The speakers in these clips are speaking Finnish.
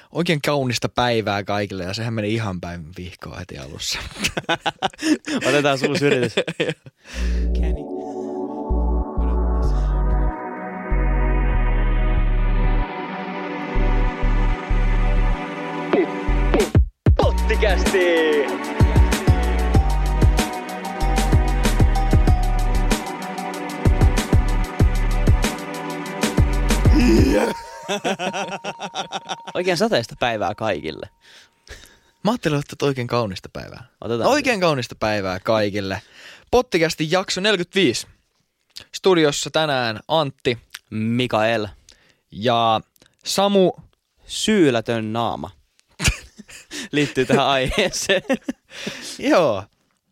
Oikein kaunista päivää kaikille ja sehän meni ihan päin vihkoa heti alussa. Otetaan uusi yritys. Pottikästi! Oikein sateista päivää kaikille. Mä ajattelin ottaa oikein kaunista päivää. Otetaan oikein kaunista päivää kaikille. Pottikästi jakso 45. Studiossa tänään Antti, Mikael. Ja Samu. Syylätön naama. Liittyy tähän aiheeseen. Joo.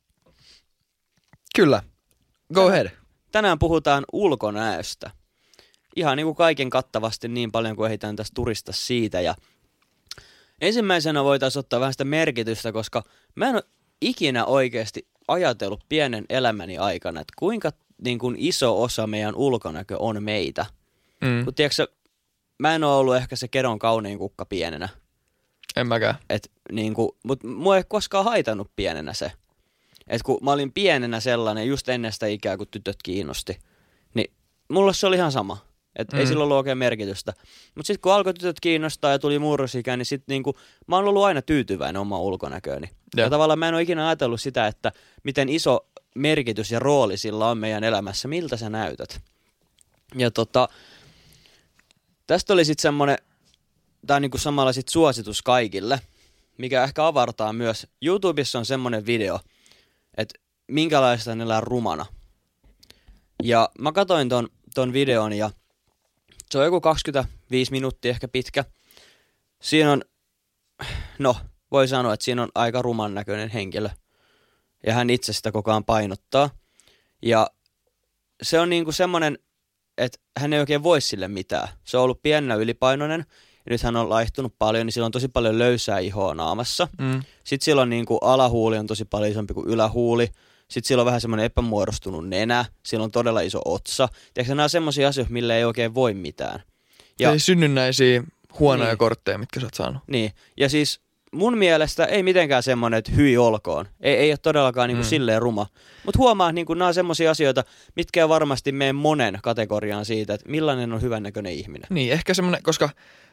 Kyllä. Go ahead. Tänään puhutaan ulkonäöstä. Ihan niin kuin kaiken kattavasti niin paljon kuin ehditään tästä turista siitä. Ja ensimmäisenä voitaisiin ottaa vähän sitä merkitystä, koska mä en ole ikinä oikeasti ajatellut pienen elämäni aikana, että kuinka niin kuin iso osa meidän ulkonäkö on meitä. Kun tiedätkö, mä en ole ollut ehkä se kedon kaunein kukka pienenä. En mäkään. Mutta mua ei koskaan haitannut pienenä se. Et kun mä olin pienenä sellainen just ennen sitä ikää, kun tytöt kiinnosti, niin mulle se oli ihan sama. Ei sillä ollut oikein merkitystä. Mutta sitten kun alkoi tytöt kiinnostaa ja tuli murrosikä, niin sitten niinku, mä oon ollut aina tyytyväinen omaan ulkonäkööni. Ja tavallaan mä en ole ikinä ajatellut sitä, että miten iso merkitys ja rooli sillä on meidän elämässä, miltä sä näytät. Ja tästä oli sitten semmoinen, tai niinku samalla sitten suositus kaikille, mikä ehkä avartaa myös. YouTubessa on semmoinen video, että minkälaista ne elää rumana. Ja mä katsoin ton videon ja se on joku 25 minuuttia ehkä pitkä. Siinä on, voi sanoa, että siinä on aika ruman näköinen henkilö. Ja hän itse sitä koko ajan painottaa. Ja se on niinku semmoinen, että hän ei oikein voi sille mitään. Se on ollut pienenä ylipainoinen. Ja nyt hän on laihtunut paljon, niin sillä on tosi paljon löysää ihoa naamassa. Sitten sillä on niinku alahuuli on tosi paljon isompi kuin ylähuuli. Sitten sillä on vähän semmoinen epämuodostunut nenä, sillä on todella iso otsa. Tiedätkö, nämä on semmoisia asioita, millä ei oikein voi mitään. Ja ei synnynnäisiä huonoja kortteja, mitkä sä oot saanut. Niin, ja siis mun mielestä ei mitenkään semmoinen, että hyi olkoon. Ei ole todellakaan niinku silleen ruma. Mutta huomaa, että niinku nämä on semmoisia asioita, mitkä on varmasti meidän monen kategoriaan siitä, että millainen on hyvännäköinen ihminen. Niin, ehkä semmoinen, koska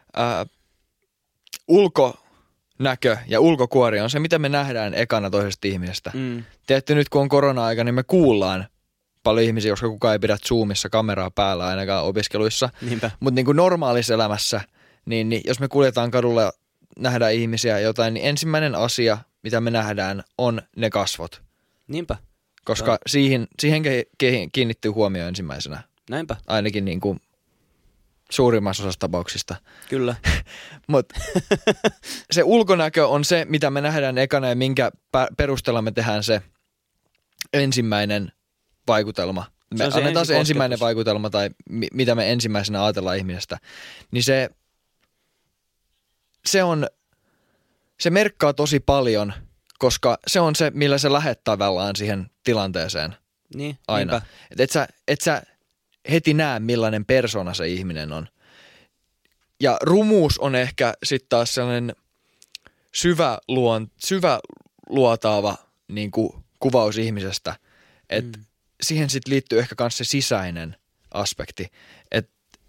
ulkonäkö ja ulkokuori on se, mitä me nähdään ekana toisesta ihmisestä. Tiedätte, nyt kun on korona-aika, niin me kuullaan paljon ihmisiä, koska kukaan ei pidä Zoomissa kameraa päällä ainakaan opiskeluissa. Mutta niin kuin normaalissa elämässä, niin jos me kuljetaan kadulla ja nähdään ihmisiä jotain, niin ensimmäinen asia, mitä me nähdään, on ne kasvot. Niinpä. Koska siihen kiinnittyy huomioon ensimmäisenä. Näinpä. Ainakin niin kuin suurimmassa osassa tapauksista. Kyllä. Mutta se ulkonäkö on se, mitä me nähdään ekana ja minkä perusteella me tehdään se ensimmäinen vaikutelma. Me annetaan se ensimmäinen vaikutelma tai mitä me ensimmäisenä ajatellaan ihmisestä. Niin se merkkaa tosi paljon, koska se on se, millä se lähet tavallaan siihen tilanteeseen niin, aina. Et sä heti näe, millainen persona se ihminen on. Ja rumuus on ehkä sitten taas sellainen syvä luotaava niin kuin kuvaus ihmisestä. Että siihen sitten liittyy ehkä myös se sisäinen aspekti. Että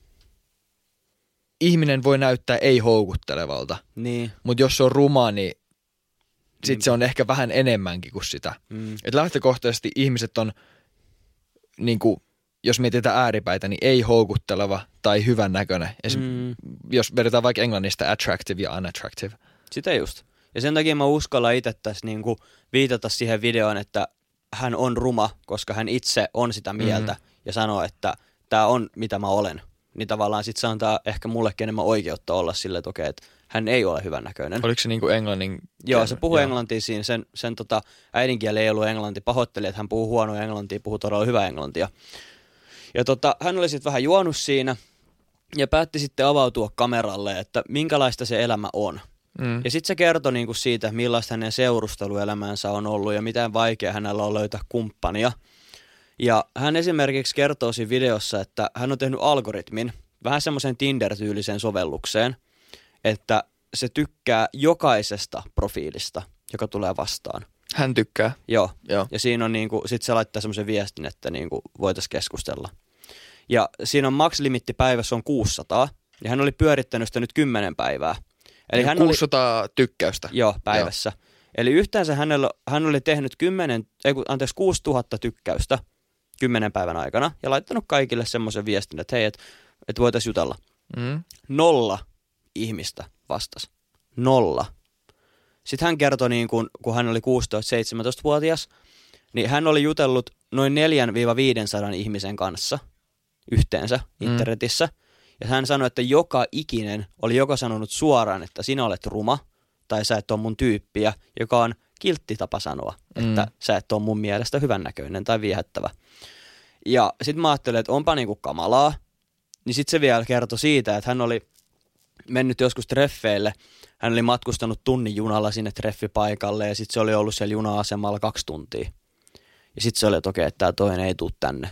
ihminen voi näyttää ei-houkuttelevalta. Niin. Mutta jos se on ruma, niin sitten se on ehkä vähän enemmänkin kuin sitä. Että lähtökohtaisesti ihmiset on niin kuin, jos mietitään ääripäitä, niin ei houkutteleva tai hyvän näköinen. Jos vedetään vaikka englannista attractive ja unattractive. Sitä just. Ja sen takia mä uskallan itse tässä niinku viitata siihen videoon, että hän on ruma, koska hän itse on sitä mieltä ja sanoo, että tämä on mitä mä olen. Niin tavallaan sit se antaa ehkä mullekin enemmän oikeutta olla sille, että okei, että hän ei ole hyvän näköinen. Oliko se niinku englannin? Joo, se puhui englantia siinä. Sen äidinkieli ei ollut englanti. Pahoitteli, että hän puhuu huonoa englantia, puhuu todella hyvää englantia. Ja hän oli sitten vähän juonut siinä ja päätti sitten avautua kameralle, että minkälaista se elämä on. Ja sitten se kertoi niinku siitä, millaista hänen seurusteluelämänsä on ollut ja miten vaikea hänellä on löytää kumppania. Ja hän esimerkiksi kertoo siinä videossa, että hän on tehnyt algoritmin, vähän semmoisen Tinder-tyylisen sovellukseen, että se tykkää jokaisesta profiilista, joka tulee vastaan. Hän tykkää. Joo. Ja siinä on niinku, sit se laittaa semmoisen viestin, että niinku voitaisiin keskustella. Ja siinä on max-limitti päivässä on 600, ja hän oli pyörittänyt sitä nyt 10 päivää. Eli hän 600 oli, tykkäystä. Joo, päivässä. Joo. Eli yhteensä hän oli tehnyt 6000 tykkäystä 10 päivän aikana, ja laittanut kaikille semmoisen viestin, että hei, että voitaisiin jutella. 0 ihmistä vastasi. 0. Sitten hän kertoi, niin kun hän oli 16-17-vuotias, niin hän oli jutellut noin 400-500 ihmisen kanssa yhteensä internetissä. Ja hän sanoi, että joka ikinen oli joko sanonut suoraan, että sinä olet ruma, tai sä et ole mun tyyppiä, joka on kiltti tapa sanoa, että sä et ole mun mielestä hyvännäköinen tai viehättävä. Ja sitten mä ajattelin, että onpa niinku kamalaa. Niin sitten se vielä kertoi siitä, että hän oli mennyt joskus treffeille. Hän oli matkustanut tunnin junalla sinne treffipaikalle ja sitten se oli ollut siellä juna-asemalla 2 tuntia. Ja sitten se oli, että okei, että tämä toinen ei tule tänne.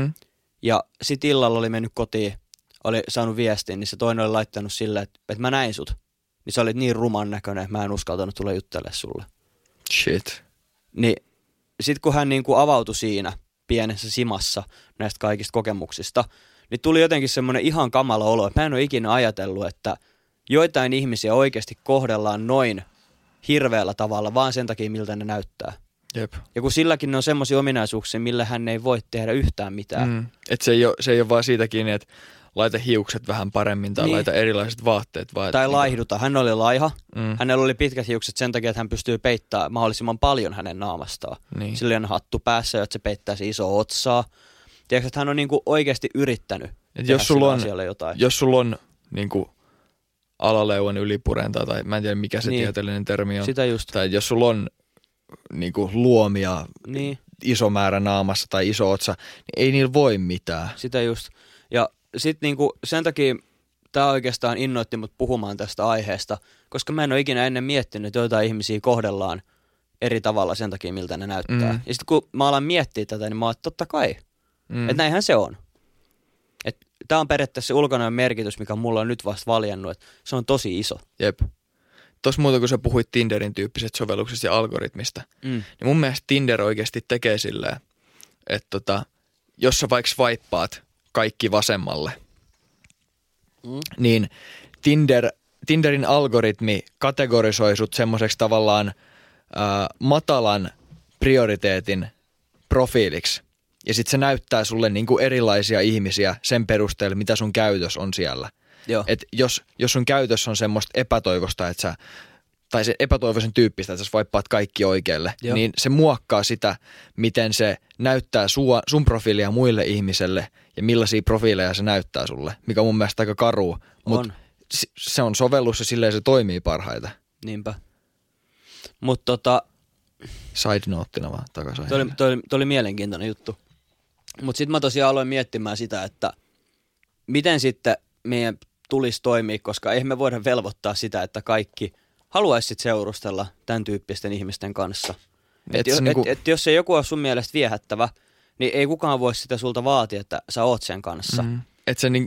Ja sitten illalla oli mennyt kotiin, oli saanut viestin, niin se toinen oli laittanut sille, että mä näin sut. Niin sä olit niin ruman näköinen, että mä en uskaltanut tulla juttelemaan sulle. Shit. Niin sitten kun hän niinku avautui siinä pienessä simassa näistä kaikista kokemuksista, niin tuli jotenkin semmoinen ihan kamala olo, että mä en ole ikinä ajatellut, että joitain ihmisiä oikeasti kohdellaan noin hirveällä tavalla vaan sen takia, miltä ne näyttää. Jep. Ja kun silläkin ne on semmoisia ominaisuuksia, millä hän ei voi tehdä yhtään mitään. Että se ei ole vaan siitä kiinni, että laita hiukset vähän paremmin tai laita erilaiset vaatteet. Vaan tai laihduta. Hän oli laiha. Hänellä oli pitkät hiukset sen takia, että hän pystyy peittämään mahdollisimman paljon hänen naamastaan. Niin. Sillä on hattu päässä, jotta se peittää se iso otsaa. Tiedätkö, että hän on niinku oikeasti yrittänyt tehdä sillä asialle jotain. Jos sulla on niinku alaleuan ylipurenta tai mä en tiedä mikä se tieteellinen termi on. Sitä just. Tai jos sulla on niinku luomia iso määrä naamassa tai iso otsa, niin ei niillä voi mitään. Sitä just. Ja sitten niinku sen takia tämä oikeastaan innoitti mut puhumaan tästä aiheesta, koska mä en ole ikinä ennen miettinyt, että joitain ihmisiä kohdellaan eri tavalla sen takia, miltä ne näyttää. Ja sitten kun mä alan miettiä tätä, niin mä oon, että totta kai. Että näinhän se on. Tämä on periaatteessa se ulkonäön merkitys, mikä mulla on nyt vasta valjennut, että se on tosi iso. Jep. Tuossa muuta, kun sä puhuit Tinderin tyyppiset sovelluksista ja algoritmista, niin mun mielestä Tinder oikeasti tekee silleen, että jos sä vaikka swipeaat kaikki vasemmalle, niin Tinderin algoritmi kategorisoi sut semmoiseksi tavallaan matalan prioriteetin profiiliksi. Ja sit se näyttää sulle niinku erilaisia ihmisiä sen perusteella, mitä sun käytös on siellä. Et jos sun käytös on semmoista epätoivosta, tai se epätoivoisen tyyppistä, että sä swipeaat kaikki oikealle, niin se muokkaa sitä, miten se näyttää sun profiilia muille ihmiselle ja millaisia profiileja se näyttää sulle, mikä on mun mielestä aika karua. Mutta se on sovellus ja silleen se toimii parhaiten. Niinpä. Mutta side noteina vaan takaisin. Toi oli mielenkiintoinen juttu. Mutta sitten mä tosiaan aloin miettimään sitä, että miten sitten meidän tulisi toimia, koska eihän me voida velvoittaa sitä, että kaikki haluaisit seurustella tämän tyyppisten ihmisten kanssa. Et jos ei joku ole sun mielestä viehättävä, niin ei kukaan voi sitä sulta vaatia, että sä oot sen kanssa. Että se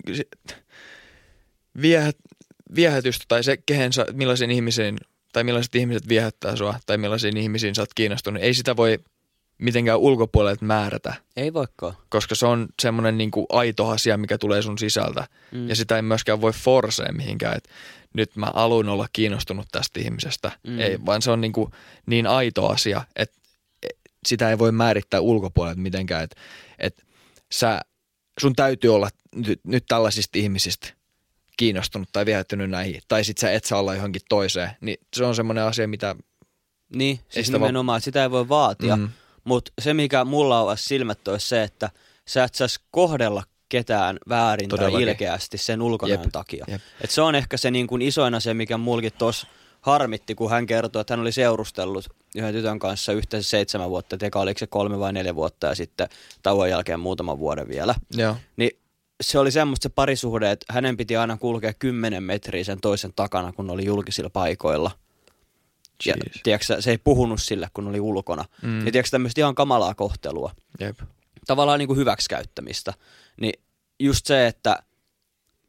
viehätystä tai se, millaisiin ihmisiin tai millaiset ihmiset viehättää sua tai millaisiin ihmisiin sä oot kiinnostunut, ei sitä voi mitenkään ulkopuolelta määrätä. Ei voikaan. Koska se on semmoinen niinku aito asia, mikä tulee sun sisältä. Ja sitä ei myöskään voi forsea mihinkään, että nyt mä alun olla kiinnostunut tästä ihmisestä. Ei, vaan se on niinku niin aito asia, että sitä ei voi määrittää ulkopuolelta mitenkään. Että sun täytyy olla nyt tällaisista ihmisistä kiinnostunut tai viehättynyt näihin. Tai sit sä et saa olla johonkin toiseen. Niin se on semmoinen asia, mitä... Niin, siis nimenomaan, sitä ei voi vaatia. Mutta se, mikä mulla on silmät, olisi se, että sä et saisi kohdella ketään väärin tai ilkeästi sen ulkonäön takia. Et se on ehkä se niin kuin isoin asia, mikä mulkin tuossa harmitti, kun hän kertoi, että hän oli seurustellut yhden tytön kanssa yhteensä 7 vuotta, että eka oliko se 3 vai 4 vuotta ja sitten tauon jälkeen muutaman vuoden vielä. Niin se oli semmoista se parisuhde, että hänen piti aina kulkea 10 metriä sen toisen takana, kun oli julkisilla paikoilla. Ja tiedätkö, se ei puhunut sille, kun oli ulkona. Ja tiedätkö, tämmöistä ihan kamalaa kohtelua. Jep. Tavallaan niin kuin hyväksikäyttämistä. Niin just se, että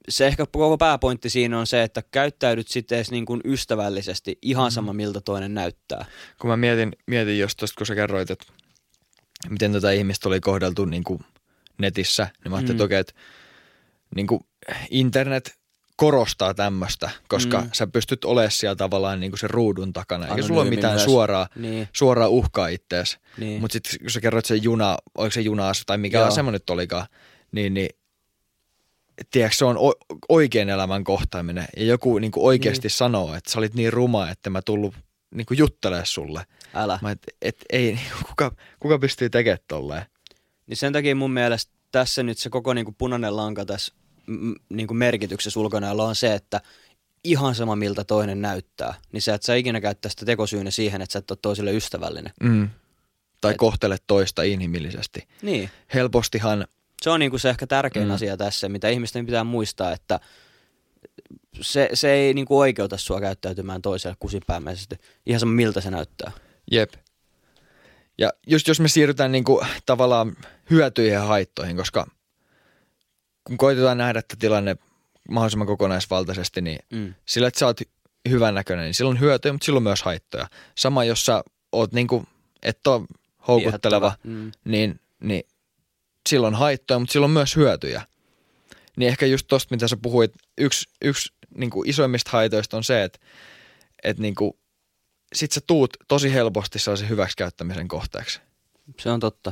se ehkä koko pääpointti siinä on se, että käyttäydyt sitten edes niin kuin ystävällisesti, ihan sama miltä toinen näyttää. Kun mä mietin just tosta, kun sä kerroit, että miten tätä ihmistä oli kohdeltu niin kuin netissä, niin mä ajattelin, että okei, että niin kuin internet korostaa tämmöistä, koska sä pystyt olemaan siellä tavallaan niin kuin sen ruudun takana, eikä sulla ole mitään suoraa uhkaa ittees. Niin. Mutta sitten kun sä kerroit sen oliko se junaas tai mikä asema nyt olikaan, niin tiedätkö, se on oikean elämän kohtaaminen ja joku niin kuin oikeasti sanoo, että sä olit niin ruma, että mä tullut niin kuin juttelemaan sulle. Älä. Ei, kuka pystyy tekemään tolleen? Niin sen takia mun mielestä tässä nyt se koko niin kuin punainen lanka tässä niin kuin merkityksessä ulkonäöllä on se, että ihan sama miltä toinen näyttää, niin sä et sä ikinä käyttää sitä tekosyynä siihen, että sä et ole toiselle ystävällinen. Tai kohtele toista inhimillisesti. Niin. Helpostihan. Se on niin kuin se ehkä tärkein asia tässä, mitä ihmisten pitää muistaa, että se ei niin kuin oikeuta sua käyttäytymään toiselle kusipäämäisesti, ihan sama miltä se näyttää. Jep. Ja just jos me siirrytään niin kuin tavallaan hyötyihin ja haittoihin, koska kun koitetaan nähdä tämä tilanne mahdollisimman kokonaisvaltaisesti, niin sillä, että sä oot hyvännäköinen, niin sillä on hyötyjä, mutta sillä on myös haittoja. Sama, jos sä oot niin kuin, et ole houkutteleva, niin sillä on haittoja, mutta sillä on myös hyötyjä. Niin ehkä just tosta, mitä sä puhuit, yksi niin kuin isoimmista haitoista on se, että niin kuin, sit sä tuut tosi helposti sellaisen hyväksikäyttämisen kohteeksi. Se on totta.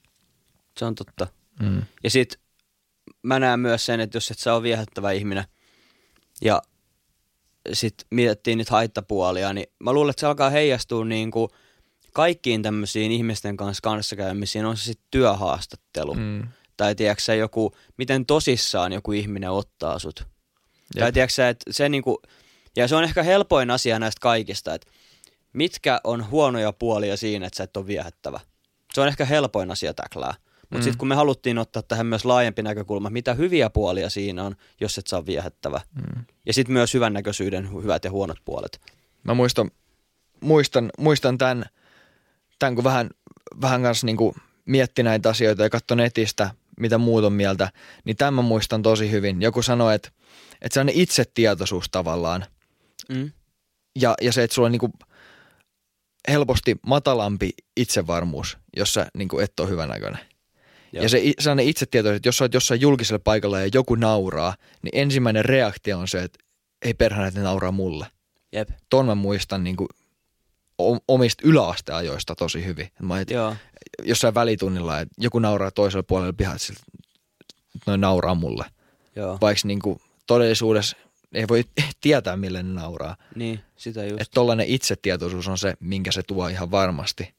Ja sit mä näen myös sen, että jos et sä ole viehättävä ihminen ja sit miettii niitä haittapuolia, niin mä luulen, että se alkaa heijastua niin kuin kaikkiin tämmöisiin ihmisten kanssa kanssakäymisiin, on se sitten työhaastattelu. Tai tiedätkö sä miten tosissaan joku ihminen ottaa sut. Jep. Tai tiedätkö sä, että se niinku, ja se on ehkä helpoin asia näistä kaikista, että mitkä on huonoja puolia siinä, että sä et ole viehättävä. Se on ehkä helpoin asia täklää. Mutta sitten kun me haluttiin ottaa tähän myös laajempi näkökulma, mitä hyviä puolia siinä on, jos et saa viehättävä. Ja sitten myös hyvännäköisyyden hyvät ja huonot puolet. Mä muistan tämän kun vähän kanssa niinku mietti näitä asioita ja katsoi netistä, mitä muut on mieltä, niin tämän mä muistan tosi hyvin. Joku sanoi, että se on itsetietoisuus tavallaan. Ja se, että sulla on niinku helposti matalampi itsevarmuus, jos sä niinku et ole hyvänäköinen. Ja se on itsetietoisuus, että jos sä oot jossain julkisella paikalla ja joku nauraa, niin ensimmäinen reaktio on se, että ei perhana, että ne nauraa mulle. Jep. Ton mä muistan niinku omista yläasteajoista tosi hyvin. Jossain välitunnilla, että joku nauraa toisella puolella pihaa, että noin nauraa mulle. Joo. Vaikka niinku todellisuudessa ei voi tietää, millä ne nauraa. Niin, sitä just. Että tollainen itsetietoisuus on se, minkä se tuo ihan varmasti.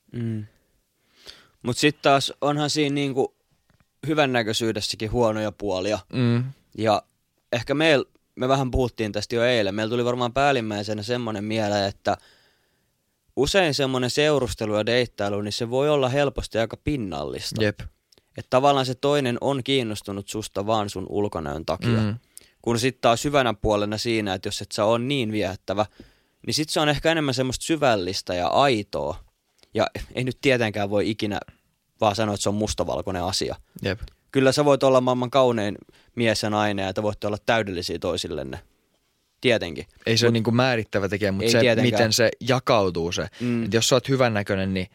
Mutta sitten taas onhan siinä niinku hyvännäköisyydessäkin huonoja puolia. Ja ehkä me vähän puhuttiin tästä jo eilen. Meillä tuli varmaan päällimmäisenä semmoinen mieleen, että usein semmoinen seurustelu ja deittailu, niin se voi olla helposti aika pinnallista. Jep. Että tavallaan se toinen on kiinnostunut susta vaan sun ulkonäön takia. Kun sitten taas hyvänä puolena siinä, että jos et sä ole niin viehättävä, niin sitten se on ehkä enemmän semmoista syvällistä ja aitoa. Ja ei nyt tietenkään voi ikinä vaan sanoa, että se on mustavalkoinen asia. Jep. Kyllä sä voit olla maailman kaunein mies ja nainen ja te voitte olla täydellisiä toisillenne. Tietenkin. Ei se ole niinku määrittävä tekijä, mutta se, tietenkään. Miten se jakautuu se. Että jos sä oot hyvännäköinen, niin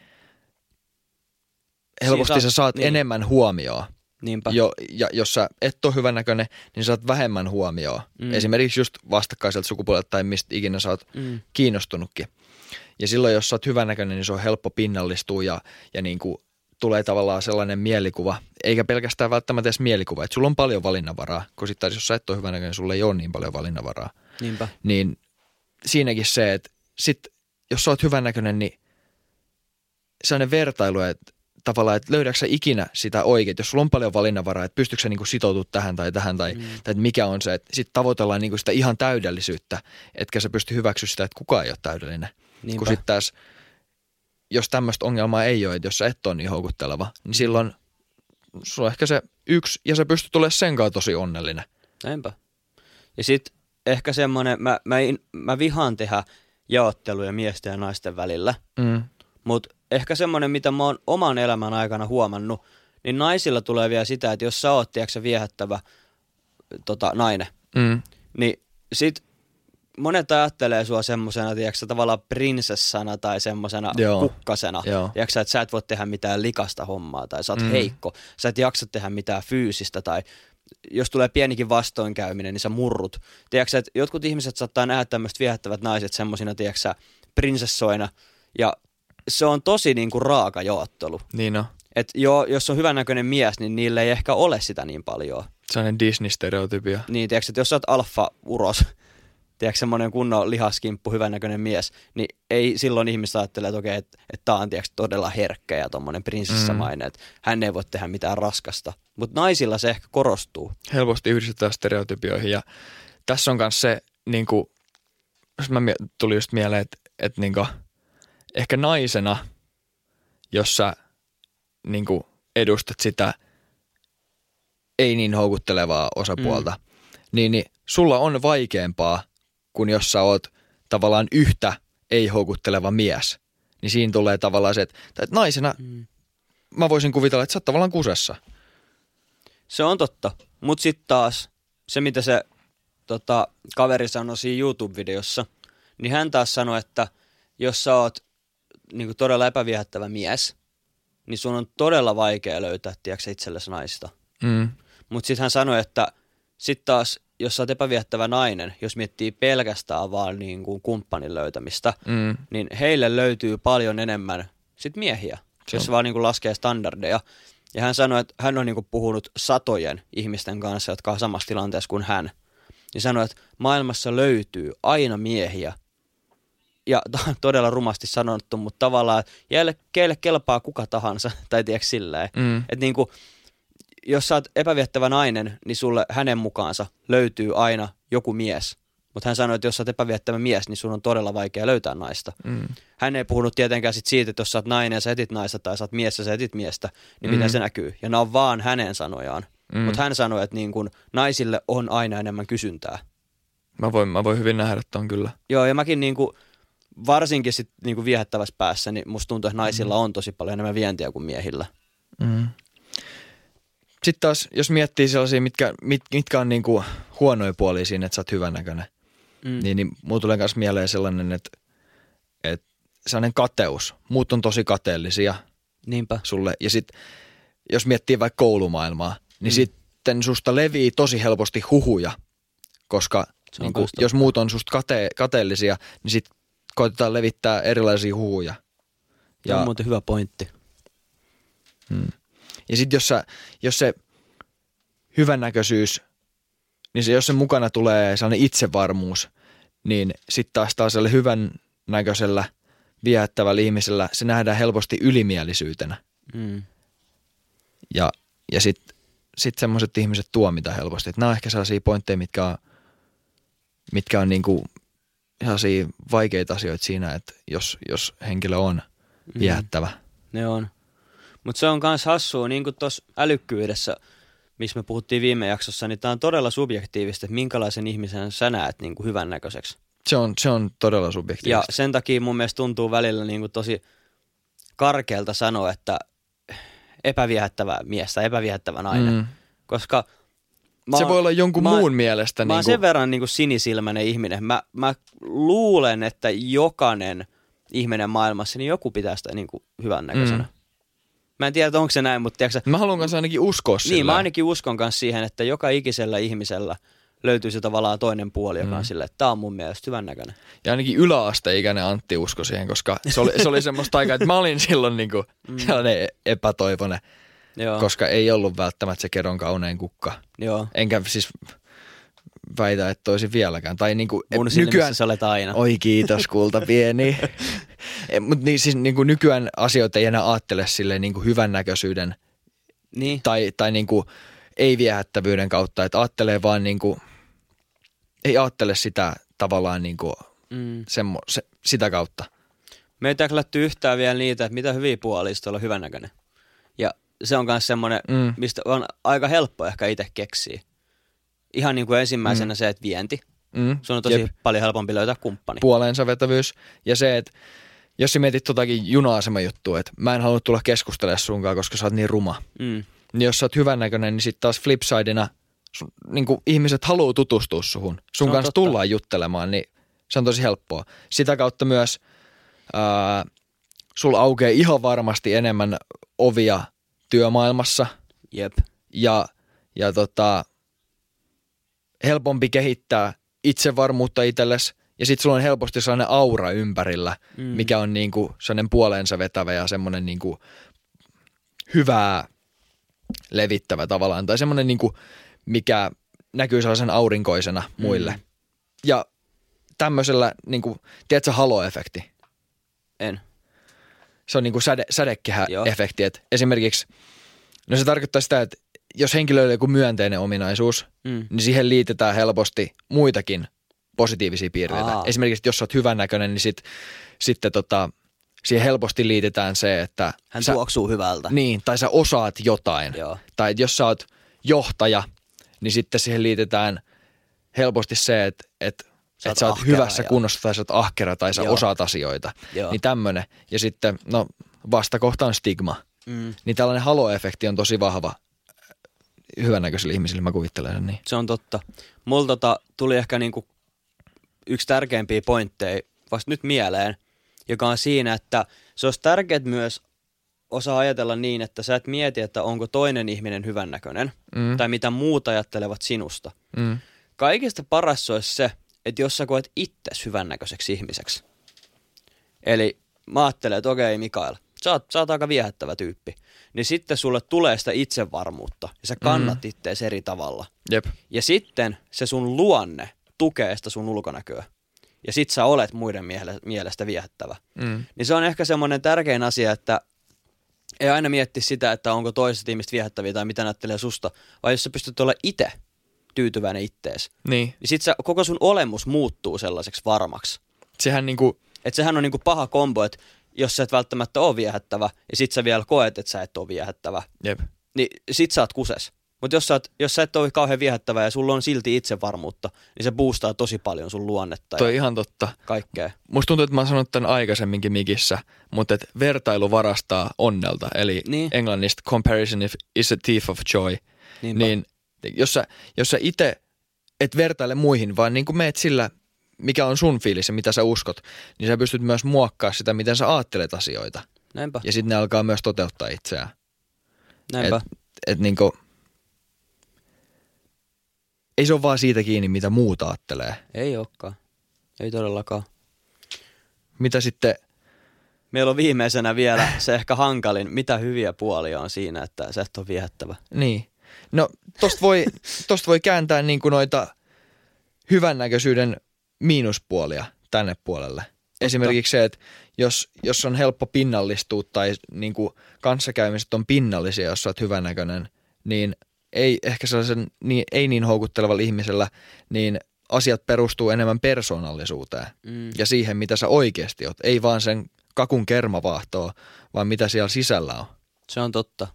helposti sä saat enemmän huomioon. Niinpä. Ja jos sä et ole hyvännäköinen, niin saat vähemmän huomioon. Esimerkiksi just vastakkaiselta sukupuolelta tai mistä ikinä sä oot kiinnostunutkin. Ja silloin, jos sä oot hyvännäköinen, niin se on helppo pinnallistua ja niinku tulee tavallaan sellainen mielikuva, eikä pelkästään välttämättä edes mielikuva, että sulla on paljon valinnanvaraa, kun sitten jos sä et ole hyvännäköinen, niin sulla ei ole niin paljon valinnanvaraa. Niinpä. Niin siinäkin se, että sit, jos sä oot hyvännäköinen, niin sellainen vertailu, että tavallaan, että löydätkö sä ikinä sitä oikein, jos sulla on paljon valinnanvaraa, että pystytkö sä niinku sitoutumaan tähän tai että mikä on se, että sitten tavoitellaan niinku sitä ihan täydellisyyttä, etkä sä pysty hyväksyä sitä, että kukaan ei ole täydellinen. Niinpä. Kun sitten taas, jos tämmöistä ongelmaa ei ole, että jos sä et ole niin houkutteleva, niin silloin sulla on ehkä se yksi ja sä pystyt olemaan sen kanssa tosi onnellinen. Näinpä. Ja sitten ehkä semmoinen, mä vihaan tehdä jaotteluja miesten ja naisten välillä, mutta ehkä semmoinen, mitä mä oon oman elämän aikana huomannut, niin naisilla tulee vielä sitä, että jos sä oot, tiedätkö, viehättävä nainen, niin sit monet ajattelee sua semmosena, tiedätkö, tavallaan prinsessana tai semmosena kukkasena. Tiedätkö, että sä et voi tehdä mitään likasta hommaa tai sä oot heikko. Sä et jaksa tehdä mitään fyysistä tai jos tulee pienikin vastoinkäyminen, niin sä murrut. Tiedätkö, että jotkut ihmiset saattaa nähdä tämmöiset viehättävät naiset semmosina, tiedätkö, prinsessoina ja se on tosi niinku raaka joottelu. Niin on. Et jos on hyvännäköinen mies, niin niillä ei ehkä ole sitä niin paljon. Sellainen Disney-stereotypia. Niin, tiedätkö, että jos sä oot alfa-uros, tiedätkö, semmoinen kunnon lihaskimppu, hyvännäköinen mies, niin ei silloin ihmiset ajattele, että okei, että tää on tiedätkö, todella herkkä ja tommonen prinsessamainen, että hän ei voi tehdä mitään raskasta. Mutta naisilla se ehkä korostuu. Helposti yhdistetään stereotypioihin ja tässä on myös se, niinku, tuli just mieleen, että niinku, ehkä naisena, jos sä niinku, edustat sitä ei niin houkuttelevaa osapuolta, niin sulla on vaikeampaa, kuin jos sä oot tavallaan yhtä ei houkutteleva mies. Niin siinä tulee tavallaan se, että naisena mä voisin kuvitella, että sä oot tavallaan kusessa. Se on totta, mutta sitten taas se, mitä se kaveri sanoi siinä YouTube-videossa, niin hän taas sanoi, että jos sä oot niinku todella epäviehättävä mies, niin sun on todella vaikea löytää, tiedätkö, itsellesi naista. Mutta sitten hän sanoi, että sitten taas, jos sä oot epäviehättävä nainen, jos miettii pelkästään vaan niin kuin kumppanin löytämistä, niin heille löytyy paljon enemmän sit miehiä, jos vaan niin kuin laskee standardeja. Ja hän sanoi, että hän on niin kuin puhunut satojen ihmisten kanssa, jotka on samassa tilanteessa kuin hän. Niin sanoi, että maailmassa löytyy aina miehiä. Ja todella rumasti sanottu, mutta tavallaan keille kelpaa kuka tahansa, tai tiedätkö silleen. Että niin kuin jos sä oot epäviettävä nainen, niin sulle hänen mukaansa löytyy aina joku mies. Mutta hän sanoi, että jos sä oot epäviettävä mies, niin sun on todella vaikea löytää naista. Hän ei puhunut tietenkään siitä, että jos sä oot nainen ja sä etit naista tai sä oot mies ja sä etit miestä, niin miten se näkyy. Ja nämä on vaan hänen sanojaan. Mutta hän sanoi, että niin kun naisille on aina enemmän kysyntää. Mä voin hyvin nähdä ton kyllä. Joo, ja mäkin niin kuin, varsinkin sit niin kuin viehättävässä päässä, niin musta tuntuu, että naisilla on tosi paljon enemmän vientiä kuin miehillä. Sitten taas, jos miettii sellaisia, mitkä on niinku huonoja puolia siinä, että sä oot hyvännäköinen, niin mulla tulee myös mieleen sellainen, että sellainen kateus. Muut on tosi kateellisia sulle. Ja sitten, jos miettii vaikka koulumaailmaa, niin sitten susta levii tosi helposti huhuja, koska niinku, jos muut on susta kateellisia, niin sitten koitetaan levittää erilaisia huhuja. Tämä on muuten hyvä pointti. Ja sitten jos se hyvännäköisyys, niin jos se mukana tulee sellainen itsevarmuus, niin sitten taas tällaisella hyvännäköisellä, viehättävällä ihmisellä se nähdään helposti ylimielisyytenä. Ja sitten semmoiset ihmiset tuomitaan helposti. Että nämä on ehkä sellaisia pointteja, mitkä on niinku sellaisia vaikeita asioita siinä, että jos henkilö on viehättävä. Ne on. Mutta se on myös hassua, niin kuin tuossa älykkyydessä, missä me puhuttiin viime jaksossa, niin tämä on todella subjektiivista, että minkälaisen ihmisen sä näet niin kuin hyvännäköiseksi. Se on todella subjektiivista. Ja sen takia mun mielestä tuntuu välillä niin kuin tosi karkealta sanoa, että epäviehättävä mies tai epäviehättävä nainen. Koska se voi olla jonkun muun mielestä. Mä oon sen verran niin kuin sinisilmäinen ihminen. Mä luulen, että jokainen ihminen maailmassa, niin joku pitää sitä niin kuin hyvännäköisenä. Mä en tiedä, onko se näin, mutta tiedätkö, mä haluan kanssa ainakin uskoa sillä. Niin, mä ainakin uskon kanssa siihen, että joka ikisellä ihmisellä löytyy se tavallaan toinen puoli, joka on silleen, että tää on mun mielestä hyvännäköinen. Ja ainakin yläasteikäinen Antti uskoi siihen, koska se oli semmoista aikaa, että mä olin silloin niinku sellainen epätoivoinen, koska ei ollut välttämättä se kedon kaunein kukka. Joo. Enkä siis väitä, että toisin vieläkään. Tai niinku, mun nykyään sä olet aina. Oi kiitos, kulta pieni. Mutta niin, siis niinku nykyään asioita ei enää ajattele silleen niinku hyvännäköisyyden tai niinku ei-viehättävyyden kautta. Että ajattelee vaan niinku, ei ajattele sitä tavallaan niinku sitä kautta. Me ei täklätty yhtään vielä niitä, että mitä hyviä puolia olla hyvännäköinen. Ja se on myös semmoinen, mistä on aika helppo ehkä itse keksiä. Ihan niin kuin ensimmäisenä se, että vienti. Sun on tosi paljon helpompi löytää kumppani. Puoleensa vetävyys. Ja se, että jos sä mietit totakin juna-aseman juttua, että mä en halunnut tulla keskustelemaan sunkaan, koska sä oot niin ruma. Niin jos sä oot hyvännäköinen, niin sit taas flipsidena niinku ihmiset haluaa tutustua suhun. Sun kanssa totta. tullaan juttelemaan, niin se on tosi helppoa. Sitä kautta myös sulla aukeaa ihan varmasti enemmän ovia työmaailmassa. Jep. Ja helpompi kehittää itsevarmuutta itsellesi. Ja sit sulla on helposti sellainen aura ympärillä, mikä on niinku sellainen puoleensa vetävä ja semmoinen niinku hyvää levittävä tavallaan. Tai semmoinen niinku, mikä näkyy sellaisen aurinkoisena muille. Ja tämmöisellä, niinku, tiedätkö halo-efekti? En. Se on niinku sädekehä-efekti. Et esimerkiksi, no se tarkoittaa sitä, että jos henkilöllä on joku myönteinen ominaisuus, niin siihen liitetään helposti muitakin positiivisia piirteitä. Esimerkiksi, jos sä oot hyvännäköinen, niin sitten siihen helposti liitetään se, että hän tuoksuu hyvältä. Niin, tai sä osaat jotain. Joo. Tai jos sä oot johtaja, niin sitten siihen liitetään helposti se, että sä oot hyvässä kunnossa tai sä oot ahkera tai sä osaat asioita. Joo. Niin tämmönen. Ja sitten, no vastakohta on stigma. Niin tällainen halo-efekti on tosi vahva hyvännäköisille ihmisille, mä kuvittelen sen niin. Se on totta. Mulla tuli ehkä niinku yksi tärkeimpiä pointteja vasta nyt mieleen, joka on siinä, että se olisi tärkeää myös osaa ajatella niin, että sä et mieti, että onko toinen ihminen hyvännäköinen tai mitä muut ajattelevat sinusta. Kaikista paras olisi se, että jos sä koet itses hyvännäköiseksi ihmiseksi. Eli mä ajattelen, että okei Mikael, sä oot aika viehättävä tyyppi. Niin sitten sulle tulee sitä itsevarmuutta ja sä kannat ittees eri tavalla. Jep. Ja sitten se sun luonne tukee sitä sun ulkonäköä. Ja sit sä olet muiden mielestä viehättävä. Niin se on ehkä semmoinen tärkein asia, että ei aina mietti sitä, että onko toiset ihmiset viehättäviä tai mitä näyttelee susta, vaan jos sä pystyt olla itse tyytyväinen ittees, niin sit koko sun olemus muuttuu sellaiseksi varmaksi. Sehän niinku... Että sehän on niinku paha kombo, että jos sä et välttämättä ole viehättävä ja sit sä vielä koet, että sä et ole viehättävä, Jep. niin sit sä oot kuses. Mutta jos sä et ole kauhean viehättävä ja sulla on silti itsevarmuutta, niin se boostaa tosi paljon sun luonnetta. Toi ihan totta. Kaikkea. Musta tuntuu, että mä oon sanonut tämän aikaisemminkin mikissä, mutta että vertailu varastaa onnelta. Eli englannista comparison is a thief of joy. Niinpä. Niin jos sä itse et vertaile muihin, vaan niin kuin meet sillä, mikä on sun fiilis ja mitä sä uskot, niin sä pystyt myös muokkaa sitä, miten sä aattelet asioita. Näinpä. Ja sitten ne alkaa myös toteuttaa itseään. Näinpä. Et niinku... Ei se ole vaan siitä kiinni, mitä muut aattelee. Ei olekaan. Ei todellakaan. Mitä sitten... Meillä on viimeisenä vielä se ehkä hankalin, mitä hyviä puolia on siinä, että sä et ole viehättävä. Niin. No tosta voi kääntää niinku noita hyvännäköisyyden miinuspuolia tänne puolelle. Esimerkiksi se, että jos on helppo pinnallistua tai niinku kanssakäymiset on pinnallisia, jos sä oot hyvännäköinen, niin ei ehkä sellaisen ei niin houkuttelevalla ihmisellä, niin asiat perustuu enemmän persoonallisuuteen ja siihen, mitä sä oikeasti oot. Ei vaan sen kakun kermavaahtoa, vaan mitä siellä sisällä on. Se on totta.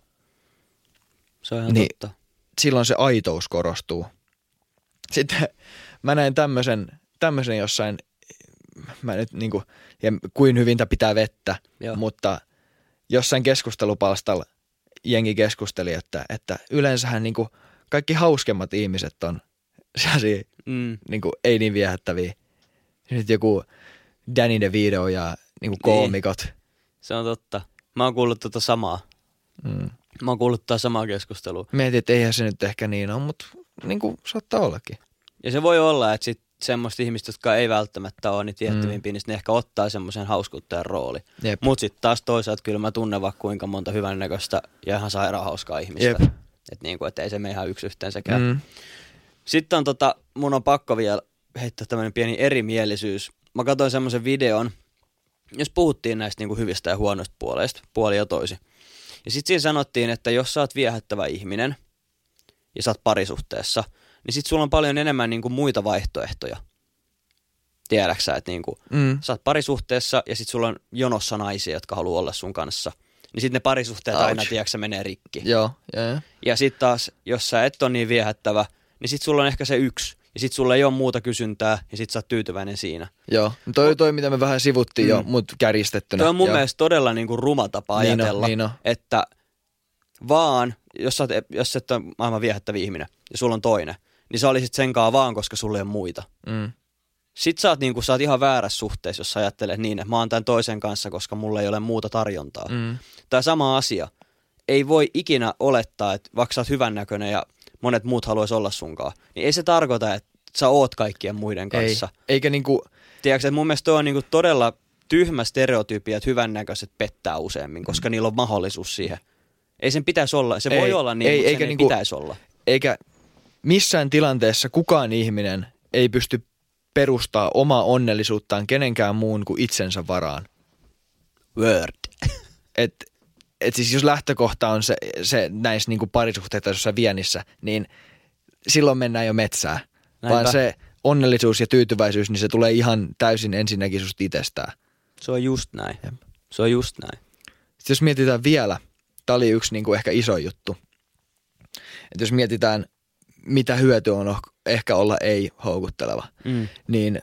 Se on ihan totta. Silloin se aitous korostuu. Sitten mä näin tämmöisen jossain, mä nyt niinku, ja kuin hyvintä pitää vettä, mutta jossain keskustelupalstalla jengi keskusteli, että yleensähän niinku kaikki hauskemmat ihmiset on sellaisia niinku ei niin viehättäviä. Nyt joku Danny DeVito ja niinku koomikot. Niin. Se on totta. Mä oon kuullut tota samaa. Mä oon kuullut tota samaa keskustelua. Mietin, että eihän se nyt ehkä niin ole, mutta niinku saattaa ollakin. Ja se voi olla, että sit semmoista ihmistä, jotka ei välttämättä ole niitä viehättävimpiä, niin ne ehkä ottaa semmoisen hauskuuttajan rooli. Mutta sitten taas toisaalta kyllä mä tunnen vaikka kuinka monta hyvännäköistä ja ihan sairaan hauskaa ihmistä. Että niinku, et ei se mene ihan yksi yhteen sekään. Sitten on mun on pakko vielä heittää tämmöinen pieni erimielisyys. Mä katsoin semmoisen videon, jos puhuttiin näistä niinku hyvistä ja huonoista puoleista, puoli ja toisi. Ja sitten siinä sanottiin, että jos sä oot viehättävä ihminen ja sä oot parisuhteessa, niin sit sulla on paljon enemmän niinku muita vaihtoehtoja. Tiedätkö sä, että niinku, sä oot parisuhteessa ja sit sulla on jonossa naisia, jotka haluaa olla sun kanssa. Niin sit ne parisuhteet aina, tiedätkö, menee rikki. Joo. Ja sit taas, jos sä et ole niin viehättävä, niin sit sulla on ehkä se yksi. Ja sit sulla ei ole muuta kysyntää ja sit sä oot tyytyväinen siinä. Joo, toi mitä me vähän sivuttiin jo, mut kärjistettynä. Toi on mun mielestä todella niinku ruma tapa ajatella, niin on. että Vaan, jos sä et ole maailman viehättävä ihminen ja sulla on toinen, niin sä olisit senkaan vaan, koska sulla ei ole muita. Sitten sä oot ihan väärässä suhteessa, jos sä ajattelet niin, että mä oon tämän toisen kanssa, koska mulla ei ole muuta tarjontaa. Tai sama asia. Ei voi ikinä olettaa, että vaikka sä oot hyvännäköinen ja monet muut haluaisi olla sunkaan, niin ei se tarkoita, että sä oot kaikkien muiden kanssa. Eikä niinku... Tiedätkö, että mun mielestä toi on niinku todella tyhmä stereotypia, että hyvännäköiset pettää useammin, koska niillä on mahdollisuus siihen. Ei sen pitäisi olla. Se voi olla niin, mutta sen ei pitäisi olla. Eikä missään tilanteessa kukaan ihminen ei pysty perustaa omaa onnellisuuttaan kenenkään muun kuin itsensä varaan. Word. Et siis jos lähtökohta on se näissä niinku parisuhteissa jossain viennissä, niin silloin mennään jo metsään. Näinpä. Vaan se onnellisuus ja tyytyväisyys, niin se tulee ihan täysin ensinnäkin susta itsestään. Se on just näin. Jep. Se on just näin. Sitten jos mietitään vielä, tämä oli yksi niinku ehkä iso juttu. Että jos mietitään, mitä hyötyä on ehkä olla ei-houkutteleva, niin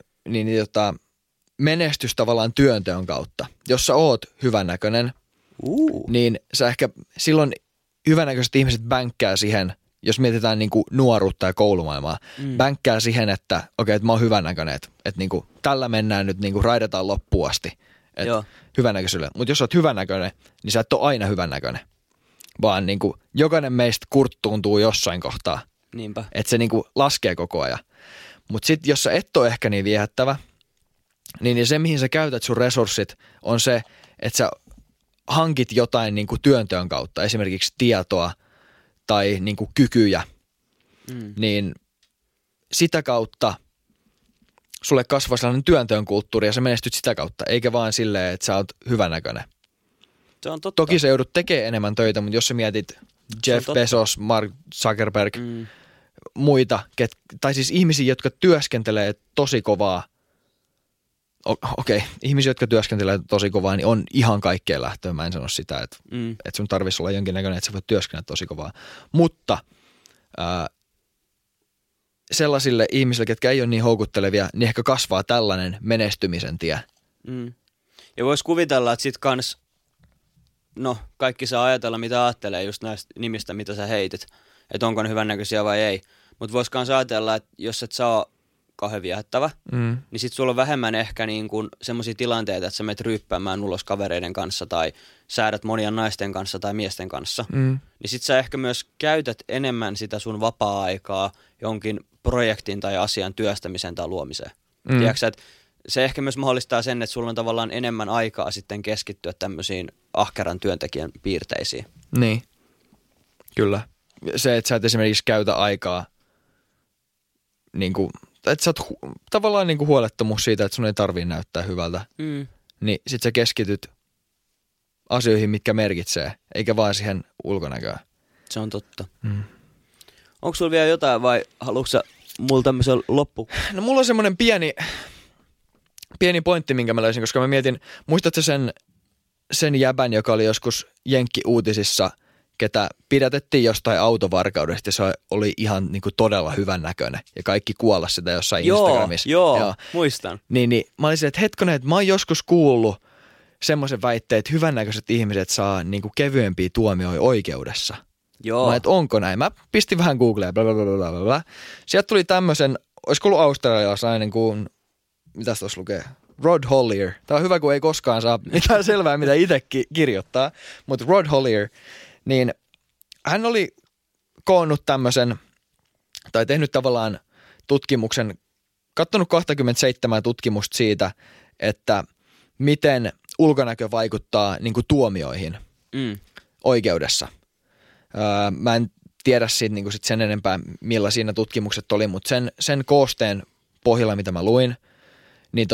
menestys tavallaan työnteon kautta. Jos sä oot hyvännäköinen, niin sä ehkä silloin hyvännäköiset ihmiset bänkkää siihen, jos mietitään niinku nuoruutta ja koulumaailmaa, bänkkää siihen, että okei, että mä oon hyvännäköinen, että niinku, tällä mennään nyt, niinku raidataan loppuun asti, hyvännäköisyyden. Mutta jos sä oot hyvännäköinen, niin sä et ole aina hyvännäköinen, vaan niinku, jokainen meistä kurttuuntuu jossain kohtaa. Niinpä. Että se niinku laskee koko ajan. Mutta sitten jos sä et ole ehkä niin viehättävä, niin se mihin sä käytät sun resurssit on se, että sä hankit jotain niinku työnteon kautta, esimerkiksi tietoa tai niinku kykyjä, niin sitä kautta sulle kasvaa sellainen työnteon kulttuuri ja sä menestyt sitä kautta, eikä vaan silleen, että sä oot hyvännäköinen. Se on totta. Toki sä joudut tekemään enemmän töitä, mutta jos sä mietit Jeff Bezos, Mark Zuckerberg, muita, tai siis ihmisiä, jotka työskentelee tosi kovaa, ihmisiä, jotka työskentelee tosi kovaa, niin on ihan kaikkeen lähtöön. Mä en sano sitä, että sun tarvitsisi olla jonkinnäköinen, että sä voit työskennellä tosi kovaa. Mutta sellaisille ihmisille, ketkä ei ole niin houkuttelevia, niin ehkä kasvaa tällainen menestymisen tie. Ja vois kuvitella, että sit kans, kaikki saa ajatella, mitä ajattelee just näistä nimistä, mitä sä heitit. Että onko ne hyvännäköisiä vai ei. Mutta vois kans ajatella, että jos et saa kauhean viehättävä, niin sit sulla on vähemmän ehkä niin kuin semmoisia tilanteita, että sä menet ryyppäämään ulos kavereiden kanssa tai säädät monia naisten kanssa tai miesten kanssa. Niin sit sä ehkä myös käytät enemmän sitä sun vapaa-aikaa jonkin projektin tai asian työstämiseen tai luomiseen. Tiedätkö, että se ehkä myös mahdollistaa sen, että sulla on tavallaan enemmän aikaa sitten keskittyä tämmöisiin ahkeran työntekijän piirteisiin. Niin, kyllä. Se, että sä et esimerkiksi käytä aikaa niin kuin, että sä oot tavallaan niin kuin huolettomuus siitä, että sun ei tarvii näyttää hyvältä, niin sit sä keskityt asioihin, mitkä merkitsee, eikä vaan siihen ulkonäköön. Se on totta. Onko sulla vielä jotain vai haluatko sä mulla tämmöisen loppu? No mulla on semmoinen pieni pointti, minkä mä löysin, koska mä mietin, muistatko sen jäbän, joka oli joskus Jenkki-uutisissa, ketä pidätettiin jostain autovarkaudesta ja se oli ihan niin kuin todella hyvän näköinen ja kaikki kuolla sitä jossain Instagramissa. Joo, muistan. Niin mä olisin, että hetkonen, että mä oon joskus kuullut semmoisen väitteen, että hyvännäköiset ihmiset saa niin kuin kevyempiä tuomioita oikeudessa. Joo. Mä että onko näin? Mä pistin vähän Googleen, blablabla. Sieltä tuli tämmöisen, olisiko ollut australialainen kuin, mitäs tuossa lukee? Rod Hollier. Tää on hyvä, kun ei koskaan saa mitään selvää, mitä itse kirjoittaa. Mutta Rod Hollier, niin hän oli koonnut tämmöisen, tai tehnyt tavallaan tutkimuksen, katsonut 27 tutkimusta siitä, että miten ulkonäkö vaikuttaa niin kuin tuomioihin oikeudessa. Mä en tiedä siitä niin kuin sit sen enempää, millä siinä tutkimukset oli, mutta sen koosteen pohjalla, mitä mä luin, niin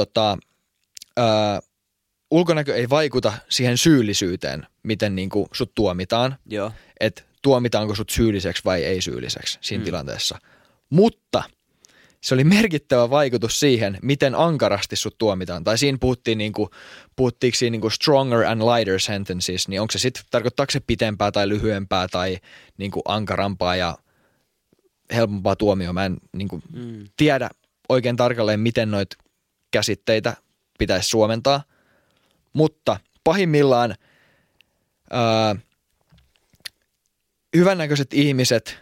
ulkonäkö ei vaikuta siihen syyllisyyteen, miten niin kuin sut tuomitaan. Joo. Että tuomitaanko sut syylliseksi vai ei syylliseksi siinä tilanteessa. Mutta se oli merkittävä vaikutus siihen, miten ankarasti sut tuomitaan. Tai siinä puhuttiinko siinä niinku stronger and lighter sentences, niin onko se sitten, tarkoittaako se pitempää tai lyhyempää tai niinku ankarampaa ja helpompaa tuomioon. Mä en niinku tiedä oikein tarkalleen, miten noita käsitteitä pitäisi suomentaa, mutta pahimmillaan hyvännäköiset ihmiset,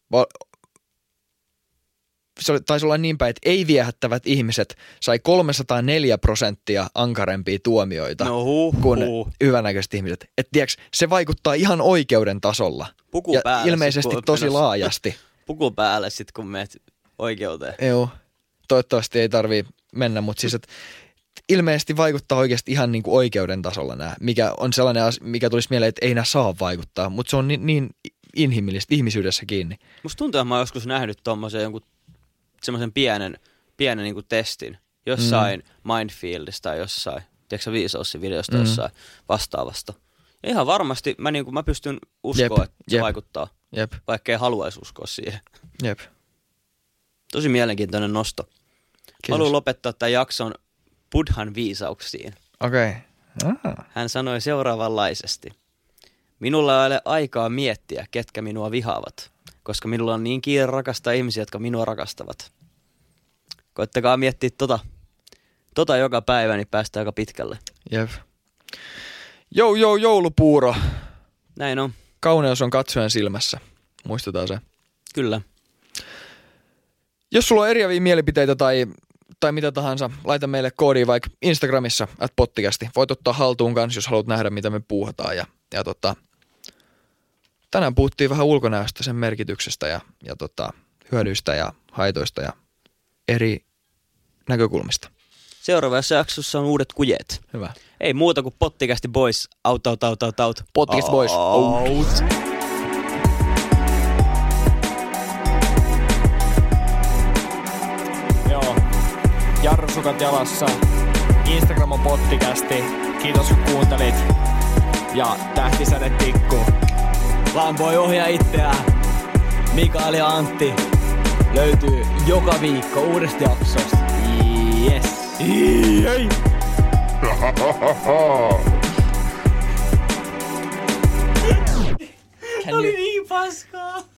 se taisi olla niin päin, että ei-viehättävät ihmiset sai 304% ankarempia tuomioita kuin hyvännäköiset ihmiset. Että tiiäks, se vaikuttaa ihan oikeuden tasolla. Puku ja päälle ilmeisesti tosi laajasti. Puku päälle sit, kun menet oikeuteen. Joo, toivottavasti ei tarvii mennä, mutta siis, että ilmeisesti vaikuttaa oikeasti ihan niin kuin oikeuden tasolla nämä, mikä on sellainen asia, mikä tulisi mieleen, että ei nämä saa vaikuttaa, mutta se on niin inhimillistä, ihmisyydessä kiinni. Musta tuntuu, että mä oon joskus nähnyt tommosen jonkun semmoisen pienen niin kuin testin jossain Mindfieldista tai jossain, tiedätkö Viisaussin videosta jossain vastaavasta. Ja ihan varmasti mä pystyn uskoa, että se vaikuttaa, vaikka ei haluaisi uskoa siihen. Jep. Tosi mielenkiintoinen nosto. Kiitos. Haluan lopettaa tämän jakson Buddhan viisauksiin. Okei. Hän sanoi seuraavanlaisesti. Minulla ei ole aikaa miettiä, ketkä minua vihaavat, koska minulla on niin kiire rakastaa ihmisiä, jotka minua rakastavat. Koittakaa miettiä tota joka päivä, niin päästään aika pitkälle. Jep. Joulupuuro. Näin on. Kauneus on katsojan silmässä. Muistetaan se. Kyllä. Jos sulla on eriäviä mielipiteitä tai mitä tahansa, laita meille koodiin vaikka Instagramissa @pottikästi. Voit ottaa haltuun kanssa, jos haluat nähdä, mitä me puuhataan. Ja tänään puhuttiin vähän ulkonäöstä, sen merkityksestä ja hyödyistä ja haitoista ja eri näkökulmista. Seuraavassa jaksossa on uudet kujeet. Hyvä. Ei muuta kuin Pottikästi boys. Out. Pottikästi boys. Out. Joo. Jarrusukat jalassa. Instagram on Pottikästi. Kiitos kun kuuntelit. Ja tähtisäde tikku. Vaan voi ohjaa itseään. Mikael ja Antti löytyy joka viikko uudesta jaksosta. Yes. Ei. Oli niin paskaa.